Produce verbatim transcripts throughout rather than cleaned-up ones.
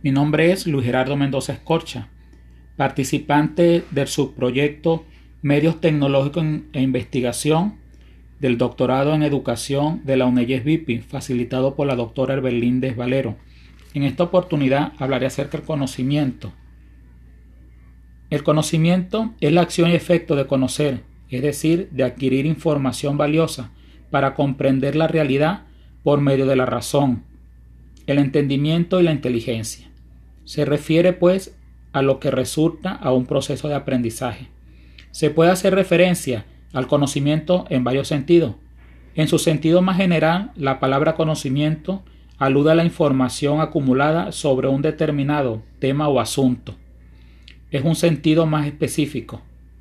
Mi nombre es Luis Gerardo Mendoza Escorcha, participante del subproyecto Medios Tecnológicos e Investigación del doctorado en Educación de la UNEYES B I P I, facilitado por la doctora Herberlíndez Valero. En esta oportunidad hablaré acerca del conocimiento. El conocimiento es la acción y efecto de conocer, es decir, de adquirir información valiosa para comprender la realidad por medio de la razón, el entendimiento y la inteligencia. Se refiere, pues, a lo que resulta a un proceso de aprendizaje. Se puede hacer referencia al conocimiento en varios sentidos. En su sentido más general, la palabra conocimiento alude a la información acumulada sobre un determinado tema o asunto. Es un sentido más específico.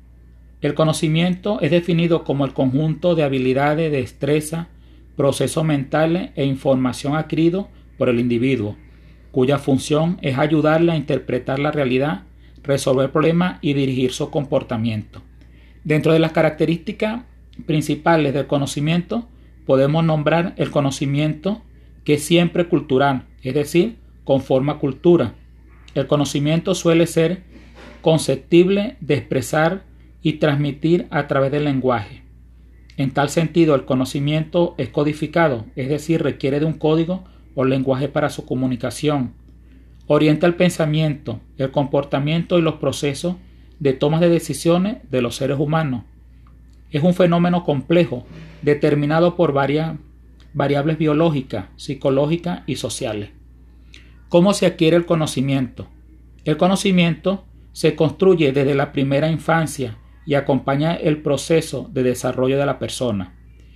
El conocimiento es definido como el conjunto de habilidades, destreza, procesos mentales e información adquirido por el individuo, cuya función es ayudarle a interpretar la realidad, resolver problemas y dirigir su comportamiento. Dentro de las características principales del conocimiento, podemos nombrar el conocimiento que es siempre cultural, es decir, conforma cultura. El conocimiento suele ser conceptible de expresar y transmitir a través del lenguaje. En tal sentido, el conocimiento es codificado, es decir, requiere de un código o lenguaje para su comunicación. Orienta el pensamiento, el comportamiento y los procesos de tomas de decisiones de los seres humanos. Es un fenómeno complejo, determinado por varias variables biológicas, psicológicas y sociales. ¿Cómo se adquiere el conocimiento? El conocimiento se construye desde la primera infancia y acompaña el proceso de desarrollo de la persona,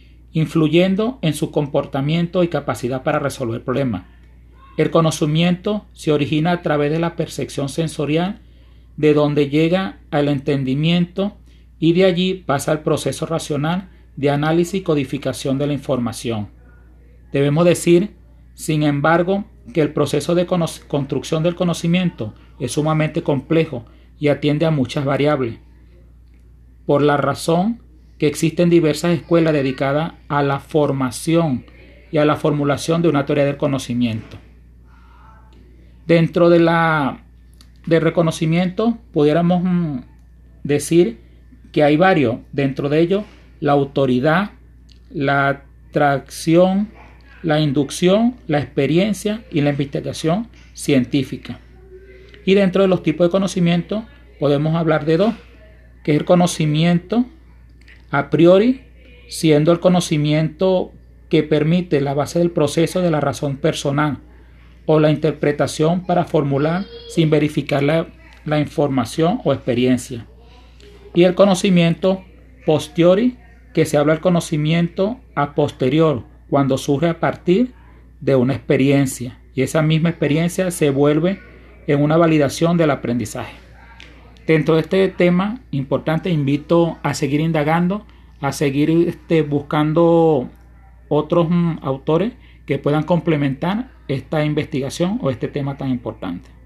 influyendo en su comportamiento y capacidad para resolver problemas. El conocimiento se origina a través de la percepción sensorial, de donde llega al entendimiento y de allí pasa al proceso racional de análisis y codificación de la información. Debemos decir, sin embargo, que el proceso de construcción del conocimiento es sumamente complejo y atiende a muchas variables, por la razón que existen diversas escuelas dedicadas a la formación y a la formulación de una teoría del conocimiento. Dentro de la, del reconocimiento pudiéramos mm, decir que hay varios, dentro de ellos la autoridad, la atracción, la inducción, la experiencia y la investigación científica. Y dentro de los tipos de conocimiento podemos hablar de dos, que es el conocimiento a priori, siendo el conocimiento que permite la base del proceso de la razón personal o la interpretación para formular sin verificar la, la información o experiencia. Y el conocimiento posteriori, que se habla del conocimiento a posterior, cuando surge a partir de una experiencia y esa misma experiencia se vuelve en una validación del aprendizaje. Dentro de este tema importante invito a seguir indagando, a seguir este, buscando otros mm, autores que puedan complementar esta investigación o este tema tan importante.